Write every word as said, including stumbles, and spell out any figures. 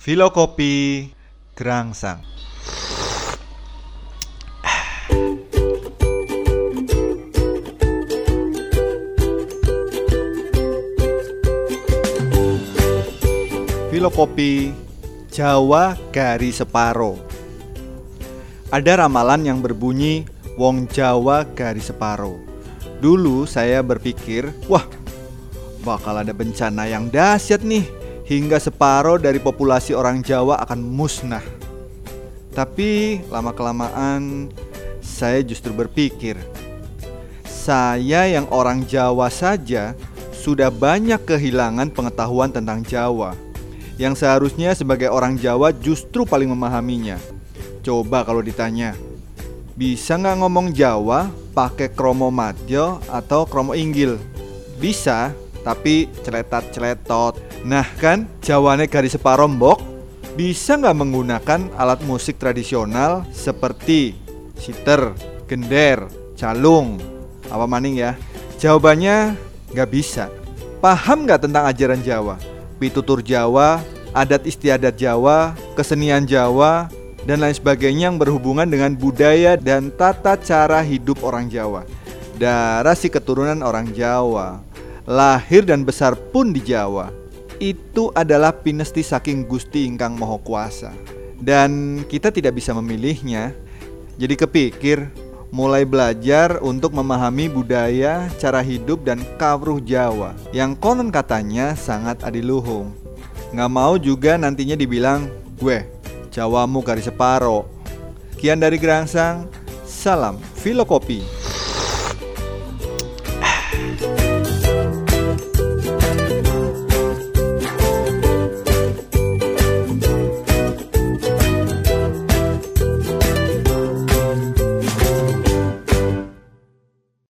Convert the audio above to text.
Filokopi Gerangsang. Filokopi Jawa Gari Separo. Ada ramalan yang berbunyi Wong Jawa Gari Separo. Dulu saya berpikir, wah, bakal ada bencana yang dahsyat nih, hingga separuh dari populasi orang Jawa akan musnah. Tapi lama-kelamaan saya justru berpikir, saya yang orang Jawa saja sudah banyak kehilangan pengetahuan tentang Jawa, yang seharusnya sebagai orang Jawa justru paling memahaminya. Coba kalau ditanya, bisa nggak ngomong Jawa pakai kromo madya atau kromo inggil? Bisa, tapi celetat-celetot. Nah kan, Jawane Gari Separo mbok. Bisa nggak menggunakan alat musik tradisional seperti siter, gender, calung, apa maning ya? Jawabannya nggak bisa. Paham nggak tentang ajaran Jawa, pitutur Jawa, adat istiadat Jawa, kesenian Jawa, dan lain sebagainya yang berhubungan dengan budaya dan tata cara hidup orang Jawa. Darah si keturunan orang Jawa, lahir dan besar pun di Jawa. Itu adalah pinesti saking Gusti Ingkang Maha Kuasa, dan kita tidak bisa memilihnya. Jadi kepikir mulai belajar untuk memahami budaya, cara hidup, dan kawruh Jawa yang konon katanya sangat adiluhung. Nggak mau juga nantinya dibilang, gue Jawamu Gari Separo. Kian dari Gerangsang, salam Filokopi.